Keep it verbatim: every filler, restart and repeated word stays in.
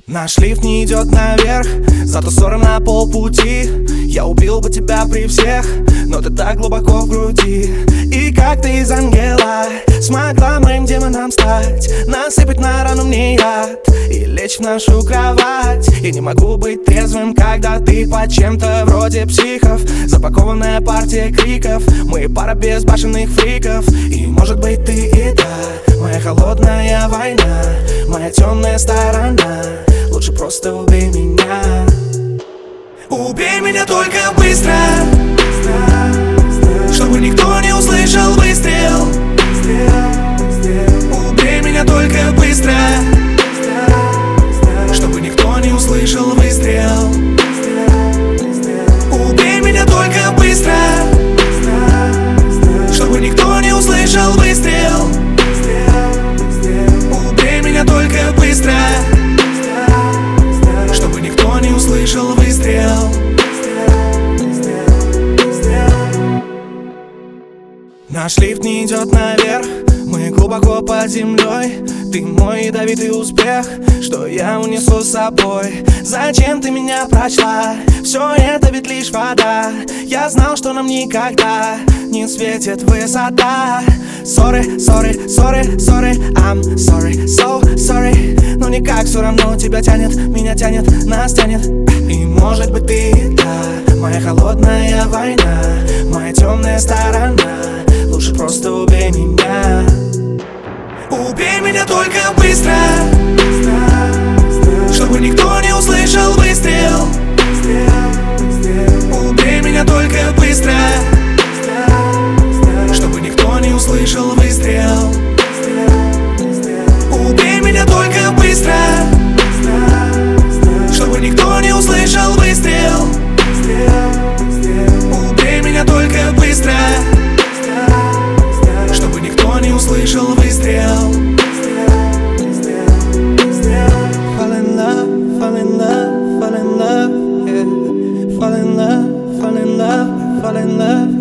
Наш лифт не идет наверх, зато ссора на полпути. Я убил бы тебя при всех, но ты так глубоко в груди. И как ты из ангела смогла моим демоном стать, насыпать на рану мне яд и лечь в нашу кровать. И не могу быть трезвым, когда ты под чем-то вроде психов. Запакованная партия криков, мы пара безбашенных фриков. И может быть ты и та, моя холодная война, моя темная сторона. Лучше просто убей меня. Убей меня только быстро, чтобы никто не услышал выстрел. Убей меня только быстро, чтобы никто не услышал выстрел. Убей меня только быстро, чтобы никто не услышал выстрел. Убей меня только быстро, чтобы никто не услышал выстрел. Наш лифт не идет наверх, мы глубоко под землей. Ты мой ядовитый успех, что я унесу с собой. Зачем ты меня прочла? Все это ведь лишь вода. Я знал, что нам никогда не светит высота. Sorry, sorry, sorry, sorry, I'm sorry, so sorry. Но никак все равно тебя тянет, меня тянет, нас тянет. И может быть ты, да, моя холодная война, моя темная сторона. Лучше просто убей меня. Убей меня только быстро, чтобы никто не услышал выстрел. Убей меня только быстро, чтобы никто не услышал выстрел. Убей меня только быстро, чтобы никто не услышал выстрел. Убей меня только быстро, чтобы никто не услышал выстрел. Fall in love, fall in love, fall in love, yeah. Fall in love, fall in love, fall in love.